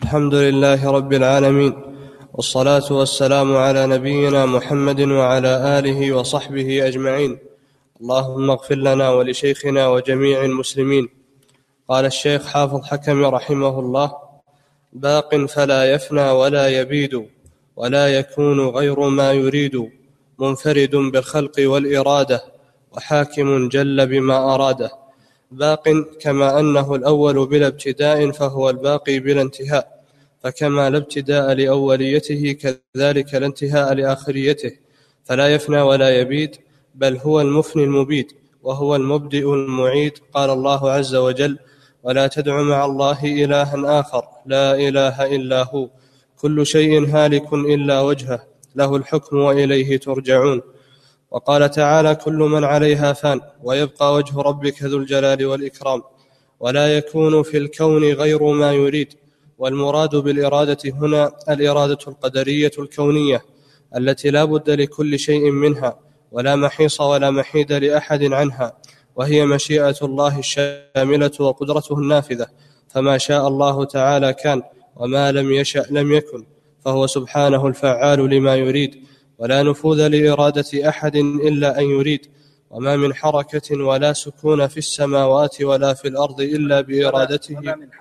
الحمد لله رب العالمين، والصلاة والسلام على نبينا محمد وعلى آله وصحبه أجمعين. اللهم اغفر لنا ولشيخنا وجميع المسلمين. قال الشيخ حافظ حكم رحمه الله: باق فلا يفنى ولا يبيد، ولا يكون غير ما يريد، منفرد بالخلق والإرادة، وحاكم جل بما أراده. باق كما أنه الأول بلا ابتداء فهو الباقي بلا انتهاء، فكما لا ابتداء لأوليته كذلك لا انتهاء لآخريته، فلا يفنى ولا يبيد، بل هو المفني المبيد، وهو المبدئ المعيد. قال الله عز وجل: ولا تدع مع الله إلها آخر لا إله إلا هو، كل شيء هالك إلا وجهه، له الحكم وإليه ترجعون. وقال تعالى: كل من عليها فان، ويبقى وجه ربك ذو الجلال والإكرام. ولا يكون في الكون غير ما يريد. والمراد بالإرادة هنا الإرادة القدرية الكونية التي لا بد لكل شيء منها، ولا محيص ولا محيد لأحد عنها، وهي مشيئة الله الشاملة وقدرته النافذة، فما شاء الله تعالى كان، وما لم يشأ لم يكن، فهو سبحانه الفعال لما يريد، ولا نفوذ لإرادة أحد إلا أن يريد. وما من حركة ولا سكون في السماوات ولا في الأرض إلا بإرادته،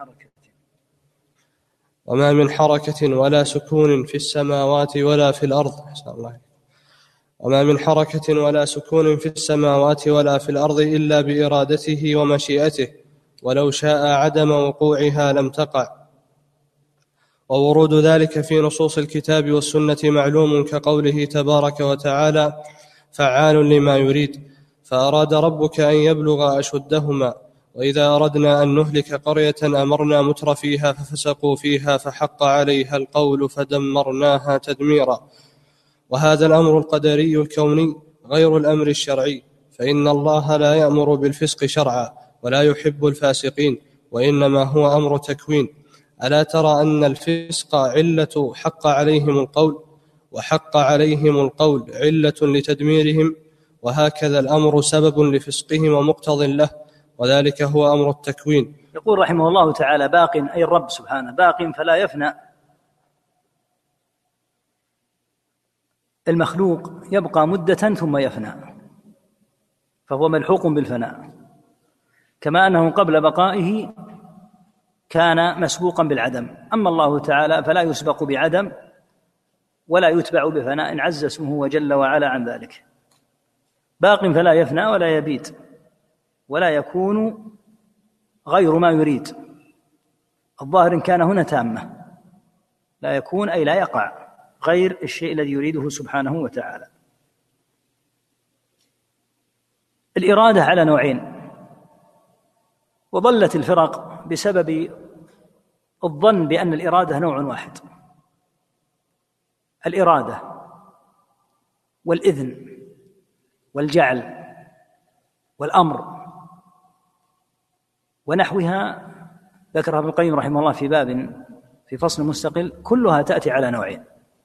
وما من حركة ولا سكون في السماوات ولا في الأرض وما من حركة ولا سكون في السماوات ولا في الأرض إلا بإرادته ومشيئته، ولو شاء عدم وقوعها لم تقع. وورود ذلك في نصوص الكتاب والسنة معلوم، كقوله تبارك وتعالى: فعال لما يريد. فأراد ربك أن يبلغ أشدهما. وإذا أردنا أن نهلك قرية أمرنا متر فيها ففسقوا فيها فحق عليها القول فدمرناها تدميرا. وهذا الأمر القدري الكوني غير الأمر الشرعي، فإن الله لا يأمر بالفسق شرعا ولا يحب الفاسقين، وإنما هو أمر تكوين. ألا ترى أن الفسق علة حق عليهم القول، وحق عليهم القول علة لتدميرهم، وهكذا الأمر سبب لفسقهم ومقتض له، وذلك هو أمر التكوين. يقول رحمه الله تعالى: باق أي الرب سبحانه باق فلا يفنى. المخلوق يبقى مدة ثم يفنى، فهو ملحوق بالفناء، كما أنه قبل بقائه كان مسبوقا بالعدم. أما الله تعالى فلا يسبق بعدم ولا يتبع بفناء، عز اسمه وجل وعلا عن ذلك. باق فلا يفنى ولا يبيد، ولا يكون غير ما يريد. الظاهر إن كان هنا تامة، لا يكون أي لا يقع غير الشيء الذي يريده سبحانه وتعالى. الإرادة على نوعين، وضلت الفرق بسبب الظن بأن الإرادة نوع واحد: الإرادة والإذن والجعل والأمر ونحوها، ذكرها ابن القيم رحمه الله في باب في فصل مستقل، كلها تأتي على نوعين.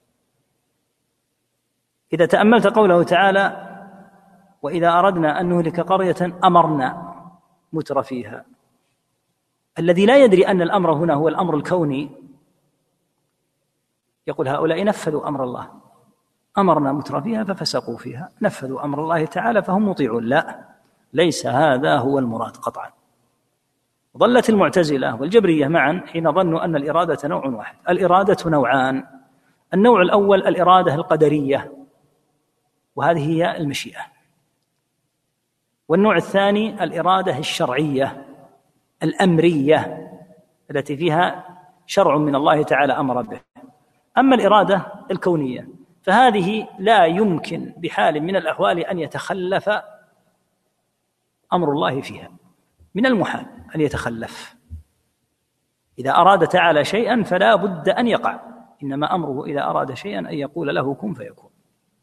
إذا تأملت قوله تعالى: وإذا أردنا أن نهلك قرية أمرنا متر فيها، الذي لا يدري أن الأمر هنا هو الأمر الكوني يقول هؤلاء نفذوا أمر الله، أمرنا متر فيها ففسقوا فيها، نفذوا أمر الله تعالى فهم مطيعون. لا، ليس هذا هو المراد قطعا. ظلت المعتزلة والجبرية معا حين ظنوا أن الإرادة نوع واحد. الإرادة نوعان: النوع الأول الإرادة القدرية، وهذه هي المشيئة، والنوع الثاني الإرادة الشرعية الأمرية التي فيها شرع من الله تعالى أمر به. أما الإرادة الكونية فهذه لا يمكن بحال من الأحوال أن يتخلف أمر الله فيها، من المحال أن يتخلف. إذا أراد تعالى شيئا فلا بد أن يقع، إنما أمره إذا أراد شيئا أن يقول له كن فيكون.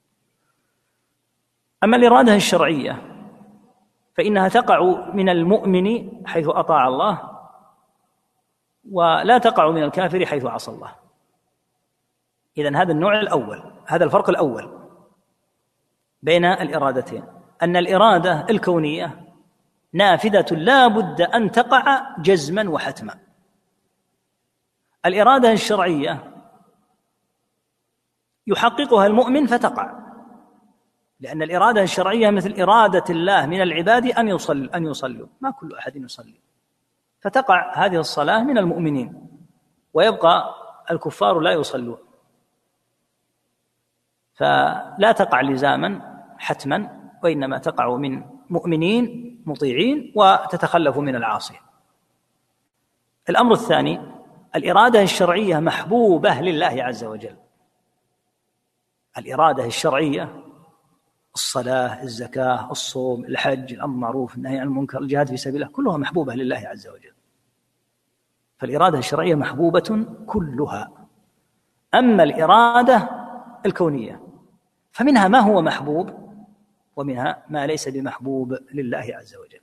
أما الإرادة الشرعية فإنها تقع من المؤمن حيث أطاع الله، ولا تقع من الكافر حيث عصى الله. إذن هذا النوع الأول، هذا الفرق الأول بين الإرادتين، أن الإرادة الكونية نافذة لا بد أن تقع جزما وحتما. الإرادة الشرعية يحققها المؤمن فتقع، لأن الإرادة الشرعية مثل إرادة الله من العباد أن يصلوا، ما كل أحد يصلي، فتقع هذه الصلاة من المؤمنين ويبقى الكفار لا يصلون، فلا تقع لزاما حتما، وإنما تقع من مؤمنين مطيعين وتتخلف من العاصين. الأمر الثاني، الإرادة الشرعية محبوبة لله عز وجل. الإرادة الشرعية، الصلاة، الزكاة، الصوم، الحج، الأمر بالمعروف، النهي عن المنكر، الجهاد في سبيل الله، كلها محبوبة لله عز وجل. فالإرادة الشرعية محبوبة كلها. أما الإرادة الكونية فمنها ما هو محبوب ومنها ما ليس بمحبوب لله عز وجل.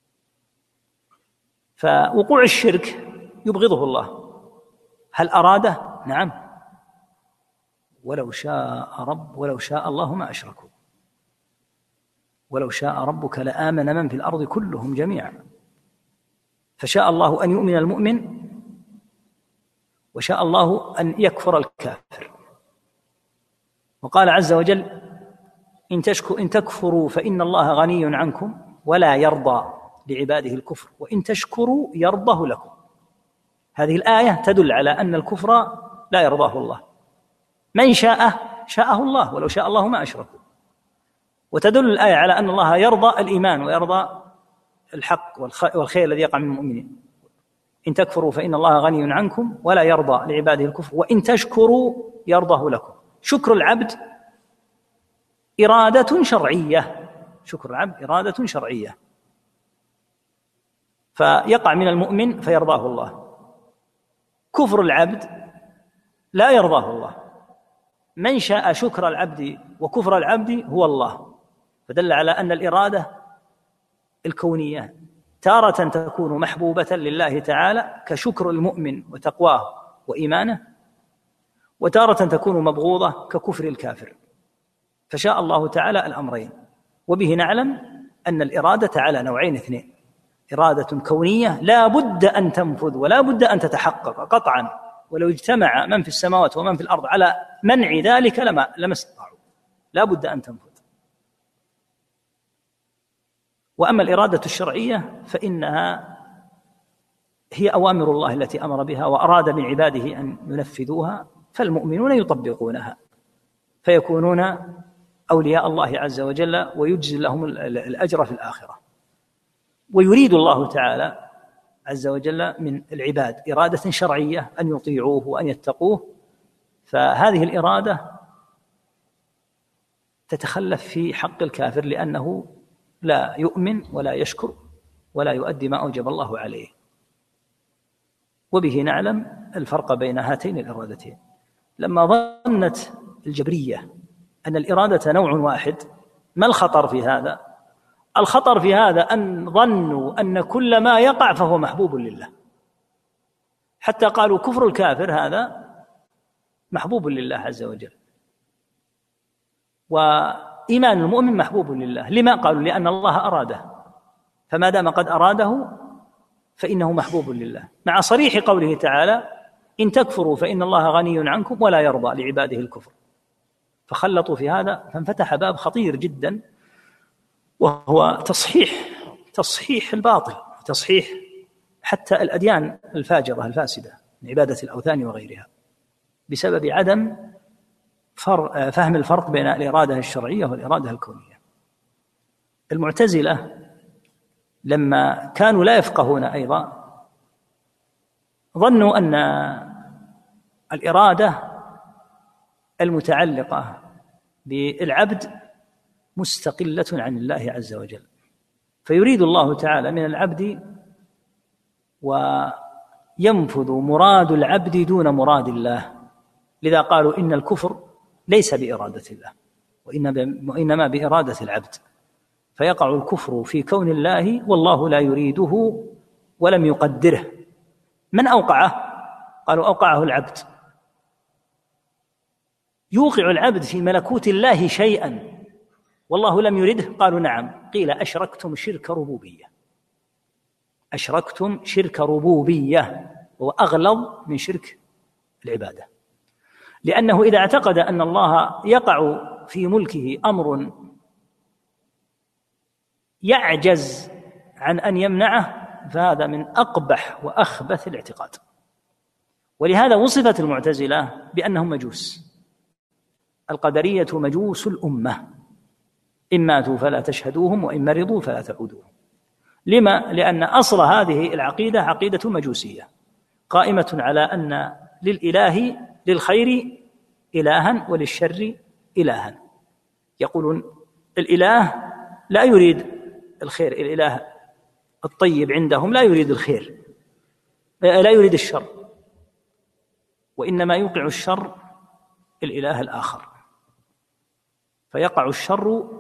فوقوع الشرك يبغضه الله، هل أراده؟ نعم، ولو شاء الله ما أشركوا، ولو شاء ربك لآمن من في الأرض كلهم جميعا، فشاء الله أن يؤمن المؤمن وشاء الله أن يكفر الكافر. وقال عز وجل: إن تكفروا فإن الله غني عنكم ولا يرضى لعباده الكفر وإن تشكروا يرضه لكم. هذه الآية تدل على أن الكفر لا يرضاه الله، من شاءه الله، ولو شاء الله ما أشركوا. وتدل الآية على أن الله يرضى الإيمان ويرضى الحق والخير الذي يقع من المؤمنين. إن تكفروا فإن الله غني عنكم ولا يرضى لعباده الكفر وإن تشكروا يرضه لكم. شكر العبد إرادة شرعية، شكر العبد إرادة شرعية، فيقع من المؤمن فيرضاه الله. كفر العبد لا يرضاه الله، من شاء شكر العبد وكفر العبد هو الله. فدل على أن الإرادة الكونية تارة تكون محبوبة لله تعالى كشكر المؤمن وتقواه وإيمانه، وتارة تكون مبغوضة ككفر الكافر. فشاء الله تعالى الأمرين. وبه نعلم أن الإرادة على نوعين اثنين: إرادة كونية لا بد أن تنفذ ولا بد أن تتحقق قطعا، ولو اجتمع من في السماوات ومن في الأرض على منع ذلك لما استطاعوا، لا بد أن تنفذ. وأما الإرادة الشرعية فإنها هي أوامر الله التي أمر بها وأراد من عباده أن ينفذوها، فالمؤمنون يطبقونها فيكونون أولياء الله عز وجل ويجزي لهم الأجر في الآخرة. ويريد الله تعالى عز وجل من العباد إرادة شرعية أن يطيعوه وأن يتقوه، فهذه الإرادة تتخلف في حق الكافر لأنه لا يؤمن ولا يشكر ولا يؤدي ما أوجب الله عليه. وبه نعلم الفرق بين هاتين الإرادتين. لما ظنت الجبرية أن الإرادة نوع واحد، ما الخطر في هذا؟ الخطر في هذا أن ظنوا أن كل ما يقع فهو محبوب لله، حتى قالوا كفر الكافر هذا محبوب لله عز وجل، وإيمان المؤمن محبوب لله. لما قالوا؟ لأن الله أراده، فما دام قد أراده فإنه محبوب لله، مع صريح قوله تعالى: إن تكفروا فإن الله غني عنكم ولا يرضى لعباده الكفر. فخلطوا في هذا، فانفتح باب خطير جدا، وهو تصحيح الباطل، تصحيح حتى الأديان الفاجرة الفاسدة من عبادة الأوثان وغيرها، بسبب عدم فهم الفرق بين الإرادة الشرعية والإرادة الكونية. المعتزلة لما كانوا لا يفقهون أيضا ظنوا أن الإرادة المتعلقة بالعبد مستقلة عن الله عز وجل، فيريد الله تعالى من العبد وينفذ مراد العبد دون مراد الله. لذا قالوا إن الكفر ليس بإرادة الله وإنما بإرادة العبد، فيقع الكفر في كون الله والله لا يريده ولم يقدره. من أوقعه؟ قالوا أوقعه العبد. يوقع العبد في ملكوت الله شيئا والله لم يرده؟ قالوا نعم. قيل أشركتم شرك ربوبية، أشركتم شرك ربوبية، وهو أغلظ من شرك العبادة، لأنه إذا اعتقد أن الله يقع في ملكه أمر يعجز عن أن يمنعه فهذا من أقبح وأخبث الاعتقاد. ولهذا وصفت المعتزلة بأنهم مجوس. القدرية مجوس الأمة، إن ماتوا فلا تشهدوهم وإن مرضوا فلا تعودوهم. لما؟ لأن أصل هذه العقيدة عقيدة مجوسية قائمة على أن للإله للخير إلها وللشر إلها. يقولون الإله لا يريد الخير، الإله الطيب عندهم لا يريد الخير، لا يريد الشر، وإنما يوقع الشر الإله الآخر، فيقع الشر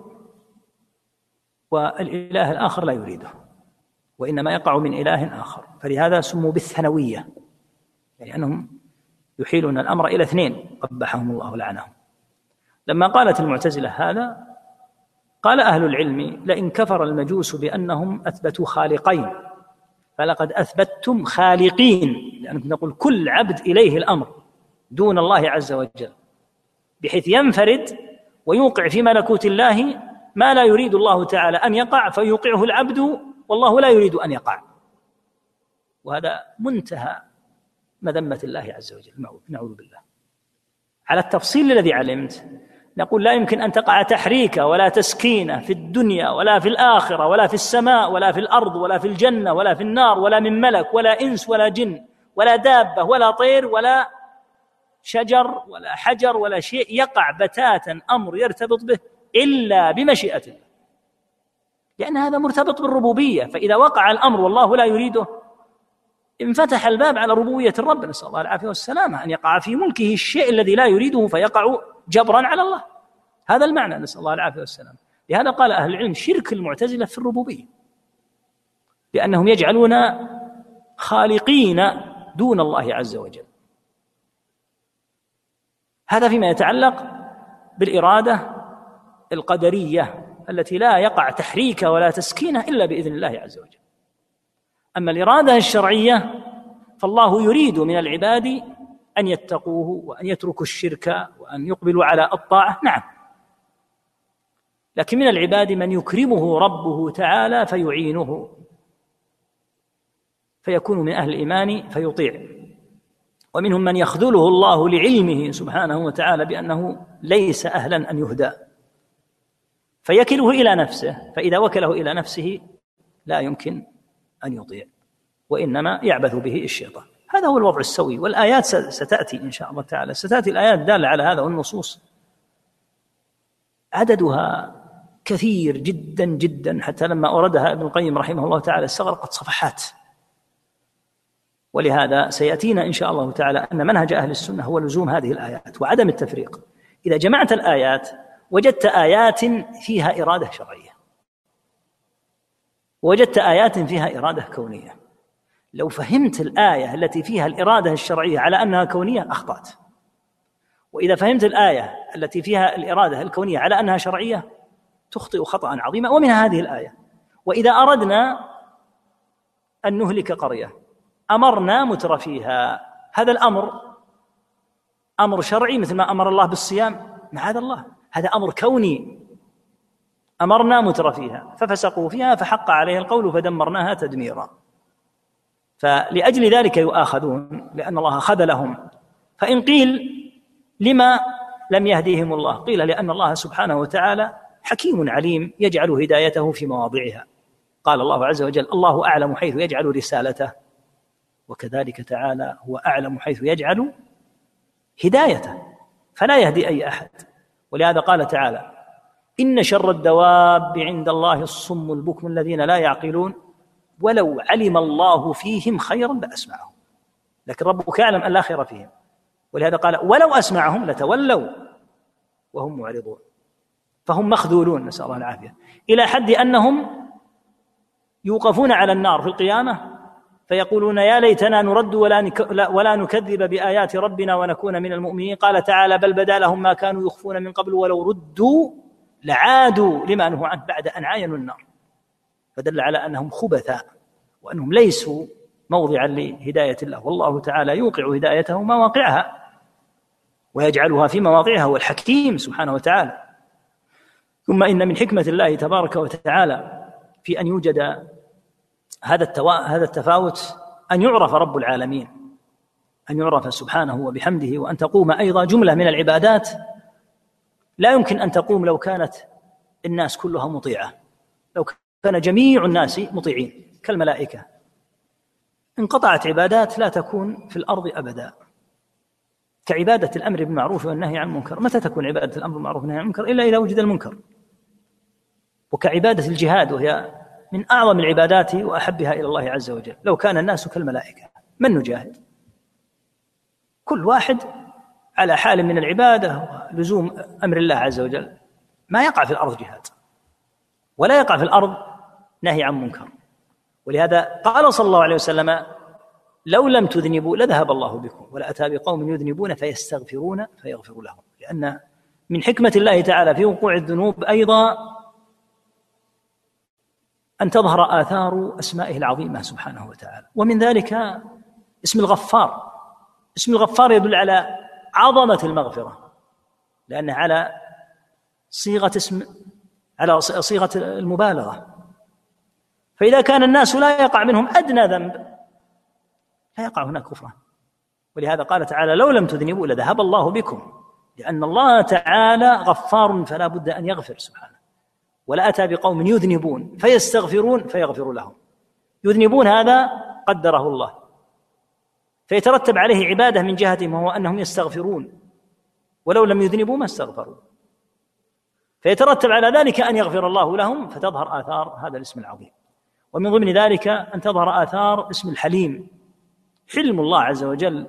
والإله الآخر لا يريده، وإنما يقع من إله آخر. فلهذا سموا بالثنوية، يعني أنهم يحيلون الأمر إلى اثنين قبحهم الله ولعنهم. لما قالت المعتزلة هذا قال أهل العلم لئن كفر المجوس بأنهم أثبتوا خالقين فلقد أثبتتم خالقين، لأنكم نقول كل عبد إليه الأمر دون الله عز وجل، بحيث ينفرد ويوقع في ملكوت الله ما لا يريد الله تعالى أن يقع فيوقعه العبد والله لا يريد أن يقع. وهذا منتهى مذمة الله عز وجل، نعوذ بالله. على التفصيل الذي علمت نقول لا يمكن أن تقع تحريكة ولا تسكينة في الدنيا ولا في الآخرة ولا في السماء ولا في الأرض ولا في الجنة ولا في النار ولا من ملك ولا إنس ولا جن ولا دابة ولا طير ولا شجر ولا حجر ولا شيء يقع بتاتا أمر يرتبط به إلا بمشيئة الله، لأن هذا مرتبط بالربوبية. فإذا وقع الأمر والله لا يريده انفتح الباب على ربوبية الرب، نسأل الله العافية والسلامة، أن يقع في ملكه الشيء الذي لا يريده فيقع جبرا على الله. هذا المعنى، نسأل الله العافية والسلامة. لهذا قال أهل العلم شرك المعتزلة في الربوبية، لأنهم يجعلون خالقين دون الله عز وجل. هذا فيما يتعلق بالإرادة القدرية التي لا يقع تحريك ولا تسكينة إلا بإذن الله عز وجل. أما الإرادة الشرعية فالله يريد من العباد أن يتقوه وأن يتركوا الشرك وأن يقبلوا على الطاعة، نعم، لكن من العباد من يكرمه ربه تعالى فيعينه فيكون من أهل الإيمان فيطيع، ومنهم من يخذله الله لعلمه سبحانه وتعالى بأنه ليس أهلا أن يهدى فيكله إلى نفسه، فإذا وكله إلى نفسه لا يمكن أن يطيع وإنما يعبث به الشيطان. هذا هو الوضع السوي، والآيات ستأتي إن شاء الله تعالى، ستأتي الآيات دالة على هذا، والنصوص عددها كثير جدا جدا، حتى لما أوردها ابن القيم رحمه الله تعالى استغرقت صفحات. ولهذا سيأتينا إن شاء الله تعالى أن منهج أهل السنة هو لزوم هذه الآيات وعدم التفريق. إذا جمعت الآيات وجدت آيات فيها إرادة شرعية ووجدت آيات فيها إرادة كونية. لو فهمت الآية التي فيها الإرادة الشرعية على أنها كونية أخطأت، وإذا فهمت الآية التي فيها الإرادة الكونية على أنها شرعية تخطئ خطأ عظيما. ومنها هذه الآية: وإذا أردنا أن نهلك قرية أمرنا متر فيها. هذا الأمر أمر شرعي مثل ما أمر الله بالصيام، معاذ الله، هذا أمر كوني. أمرنا متر فيها ففسقوا فيها فحق عليه القول فدمرناها تدميرا. فلأجل ذلك يؤاخذون لأن الله خذلهم. فإن قيل لما لم يهديهم الله، قيل لأن الله سبحانه وتعالى حكيم عليم يجعل هدايته في مواضعها. قال الله عز وجل: الله أعلم حيث يجعل رسالته، وكذلك تعالى هو أعلم حيث يجعل هدايته، فلا يهدي أي أحد. ولهذا قال تعالى: إن شر الدواب عند الله الصم البكم الذين لا يعقلون ولو علم الله فيهم خيرا لأسمعهم. لكن ربك يعلم أن لا خير فيهم، ولهذا قال: ولو أسمعهم لتولوا وهم معرضون. فهم مخذولون، نسأل الله العافية، إلى حد أنهم يوقفون على النار في القيامة فيقولون: يا ليتنا نرد ولا نكذب بآيات ربنا ونكون من المؤمنين. قال تعالى: بل بدا لهم ما كانوا يخفون من قبل ولو ردوا لعادوا لما نهوا عنه بعد أن عاينوا النار. فدل على أنهم خبثاء وأنهم ليسوا موضعا لهداية الله، والله تعالى يوقع هدايته مواقعها ويجعلها في مواضعها، هو الحكيم سبحانه وتعالى. ثم إن من حكمة الله تبارك وتعالى في أن يوجد هذا التفاوت أن يعرف رب العالمين، أن يعرف سبحانه وبحمده، وأن تقوم أيضا جملة من العبادات لا يمكن أن تقوم لو كانت الناس كلها مطيعة، لو كان جميع الناس مطيعين كالملائكة انقطعت عبادات لا تكون في الأرض أبدا، كعبادة الأمر بالمعروف والنهي عن المنكر. متى تكون عبادة الأمر بالمعروف والنهي عن المنكر؟ إلا إذا وجد المنكر. وكعبادة الجهاد، وهي من أعظم العبادات وأحبها إلى الله عز وجل، لو كان الناس كالملائكة من نجاهد؟ كل واحد على حال من العبادة ولزوم أمر الله عز وجل، ما يقع في الأرض جهاد ولا يقع في الأرض نهي عن منكر. ولهذا قال صلى الله عليه وسلم: لو لم تذنبوا لذهب الله بكم ولأتى بقوم يذنبون فيستغفرون فيغفر لهم. لأن من حكمة الله تعالى في وقوع الذنوب أيضا أن تظهر آثار أسمائه العظيمة سبحانه وتعالى، ومن ذلك اسم الغفار. اسم الغفار يدل على عظمة المغفرة، لأنه على صيغة المبالغة. فإذا كان الناس لا يقع منهم أدنى ذنب لا يقع هناك كفران. ولهذا قال تعالى: لو لم تذنبوا لذهب الله بكم، لأن الله تعالى غفار فلا بد أن يغفر سبحانه. ولا أتى بقوم يذنبون فيستغفرون فيغفر لهم. يذنبون هذا قدره الله، فيترتب عليه عبادة من جهتهم، وهو أنهم يستغفرون، ولو لم يذنبوا ما استغفروا، فيترتب على ذلك أن يغفر الله لهم، فتظهر آثار هذا الاسم العظيم. ومن ضمن ذلك أن تظهر آثار اسم الحليم، حلم الله عز وجل.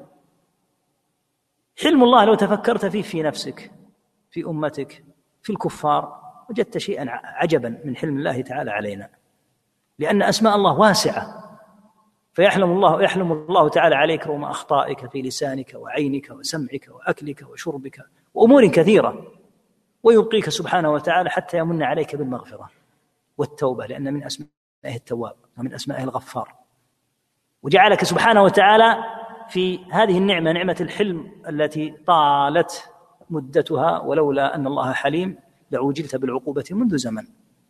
حلم الله لو تفكرت فيه في نفسك، في أمتك، في الكفار، وجدت شيئا عجبا من حلم الله تعالى علينا، لأن أسماء الله واسعة، فيحلم الله تعالى عليك رغم أخطائك في لسانك وعينك وسمعك وأكلك وشربك وأمور كثيرة، ويبقيك سبحانه وتعالى حتى يمن عليك بالمغفرة والتوبة، لأن من أسمائه التواب ومن أسمائه الغفار. وجعلك سبحانه وتعالى في هذه النعمة، نعمة الحلم التي طالت مدتها، ولولا أن الله حليم لعوجلت بالعقوبة منذ زمن.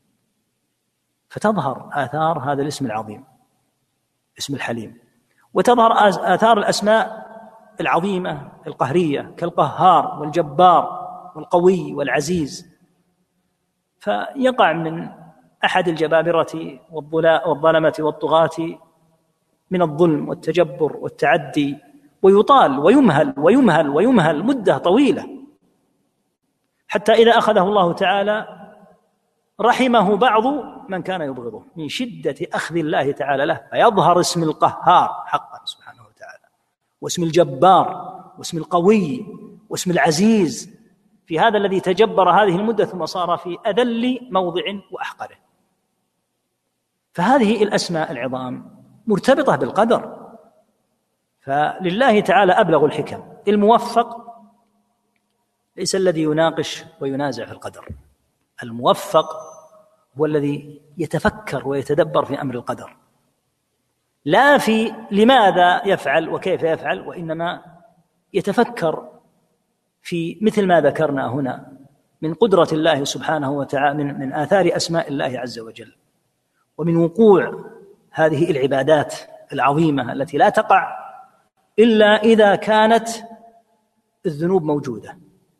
فتظهر آثار هذا الاسم العظيم، اسم الحليم، وتظهر آثار الأسماء العظيمة القهرية كالقهار والجبار والقوي والعزيز. فيقع من أحد الجبابرة والظلمة والطغاة من الظلم والتجبر والتعدي، ويطال ويمهل ويمهل ويمهل مدة طويلة، حتى إذا أخذه الله تعالى رحمه بعض من كان يبغضه من شدة أخذ الله تعالى له، فيظهر اسم القهار حقا سبحانه وتعالى، واسم الجبار، واسم القوي، واسم العزيز، في هذا الذي تجبر هذه المدة ثم صار في أذل موضع وأحقره. فهذه الأسماء العظام مرتبطة بالقدر، فلله تعالى أبلغ الحكم. الموفق ليس الذي يناقش وينازع في القدر، الموفق هو الذي يتفكر ويتدبر في أمر القدر، لا في لماذا يفعل وكيف يفعل، وإنما يتفكر في مثل ما ذكرنا هنا من قدرة الله سبحانه وتعالى، من آثار أسماء الله عز وجل، ومن وقوع هذه العبادات العظيمة التي لا تقع إلا إذا كانت الذنوب موجودة.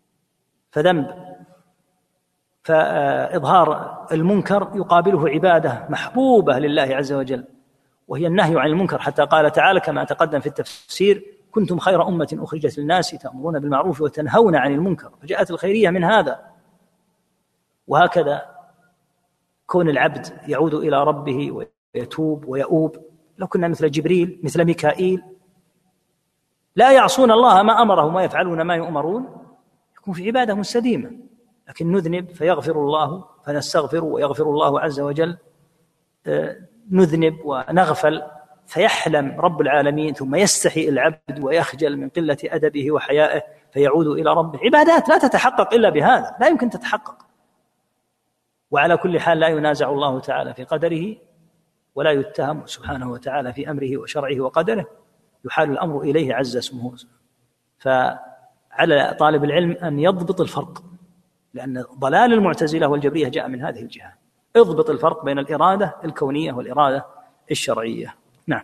فإظهار المنكر يقابله عبادة محبوبة لله عز وجل، وهي النهي عن المنكر، حتى قال تعالى كما تقدم في التفسير: كنتم خير أمة أخرجت للناس تأمرون بالمعروف وتنهون عن المنكر. فجاءت الخيرية من هذا. وهكذا كون العبد يعود إلى ربه ويتوب ويؤوب. لو كنا مثل جبريل مثل ميكائيل لا يعصون الله ما أمرهم ويفعلون ما يؤمرون، يكون في عبادة مستديمة. لكن نذنب فيغفر الله، فنستغفر ويغفر الله عز وجل، نذنب ونغفل فيحلم رب العالمين، ثم يستحي العبد ويخجل من قلة أدبه وحيائه فيعود إلى ربه. عبادات لا تتحقق إلا بهذا، لا يمكن تتحقق. وعلى كل حال لا ينازع الله تعالى في قدره، ولا يتهم سبحانه وتعالى في أمره وشرعه وقدره، يحال الأمر إليه عز اسمه. فعلى طالب العلم أن يضبط الفرق، لأن ضلال المعتزلة والجبرية جاء من هذه الجهة. اضبط الفرق بين الإرادة الكونية والإرادة الشرعية. نعم.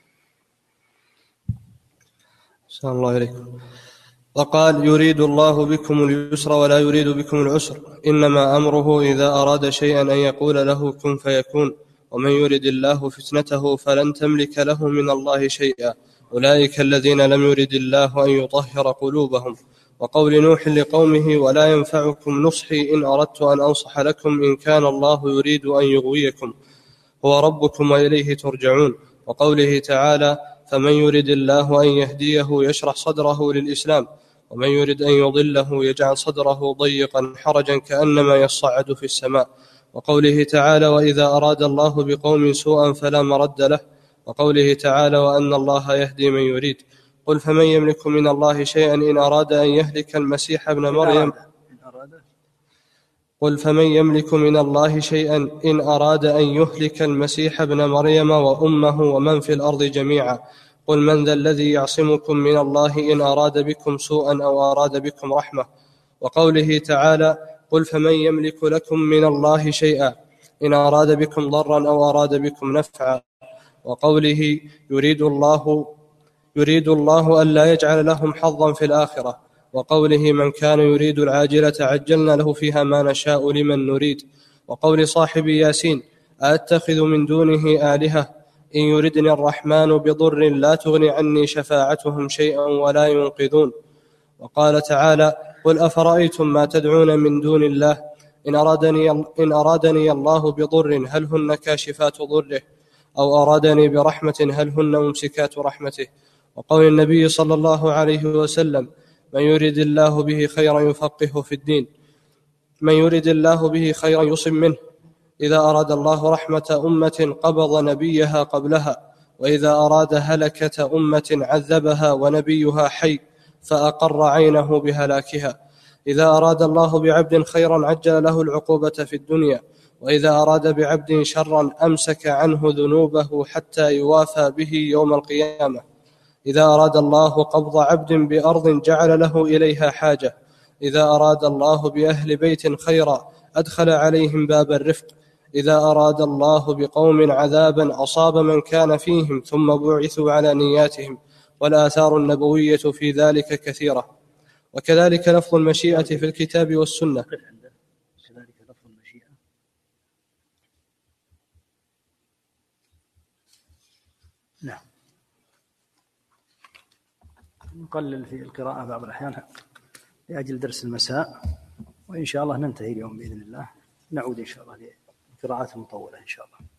أحسن الله إليكم. وقال: يريد الله بكم اليسر ولا يريد بكم العسر، إنما أمره إذا أراد شيئا أن يقول له كن فيكون، ومن يرد الله فتنته فلن تملك له من الله شيئا، أولئك الذين لم يرد الله أن يطهر قلوبهم. وقول نوح لقومه: ولا ينفعكم نصحي إن أردت أن أنصح لكم إن كان الله يريد أن يغويكم، هو ربكم وإليه ترجعون. وقوله تعالى: فمن يرد الله أن يهديه يشرح صدره للإسلام، ومن يرد أن يضله يجعل صدره ضيقا حرجا كأنما يصعد في السماء. وقوله تعالى: وإذا أراد الله بقوم سوءا فلا مرد له. وقوله تعالى: وأن الله يهدي من يريد. قل فمن يملك من الله شيئا إن أراد أن يهلك المسيح ابن مريم قل فمن يملك من الله شيئا إن أراد أن يهلك المسيح ابن مريم وأمه ومن في الأرض جميعا. قل من ذا الذي يعصمكم من الله إن أراد بكم سوءا أو أراد بكم رحمة. وقوله تعالى: قل فمن يملك لكم من الله شيئا إن أراد بكم ضرا أو أراد بكم نفعا. وقوله: يريد الله ألا يجعل لهم حظا في الآخرة. وقوله: من كان يريد العاجلة عجلنا له فيها ما نشاء لمن نريد. وقول صاحب ياسين: أأتخذ من دونه آلهة إن يردني الرحمن بضر لا تغني عني شفاعتهم شيئا ولا ينقذون. وقال تعالى: قل أفرأيتم ما تدعون من دون الله إن أرادني الله بضر هل هن كاشفات ضره أو أرادني برحمة هل هن ممسكات رحمته. وقول النبي صلى الله عليه وسلم: من يريد الله به خيرا يفقهه في الدين، من يريد الله به خيرا يصب منه. إذا أراد الله رحمة أمة قبض نبيها قبلها، وإذا أراد هلكة أمة عذبها ونبيها حي فأقر عينه بهلاكها. إذا أراد الله بعبد خيرا عجل له العقوبة في الدنيا، وإذا أراد بعبد شرا أمسك عنه ذنوبه حتى يوافى به يوم القيامة. إذا أراد الله قبض عبد بأرض جعل له إليها حاجة. إذا أراد الله بأهل بيت خيرا أدخل عليهم باب الرفق. إذا أراد الله بقوم عذابا أصاب من كان فيهم ثم بعثوا على نياتهم. والآثار النبوية في ذلك كثيرة. وكذلك لفظ المشيئة في الكتاب والسنة. نعم. نقلل في القراءة بعض الأحيان لأجل درس المساء، وإن شاء الله ننتهي اليوم بإذن الله، نعود إن شاء الله لقراءات مطولة إن شاء الله.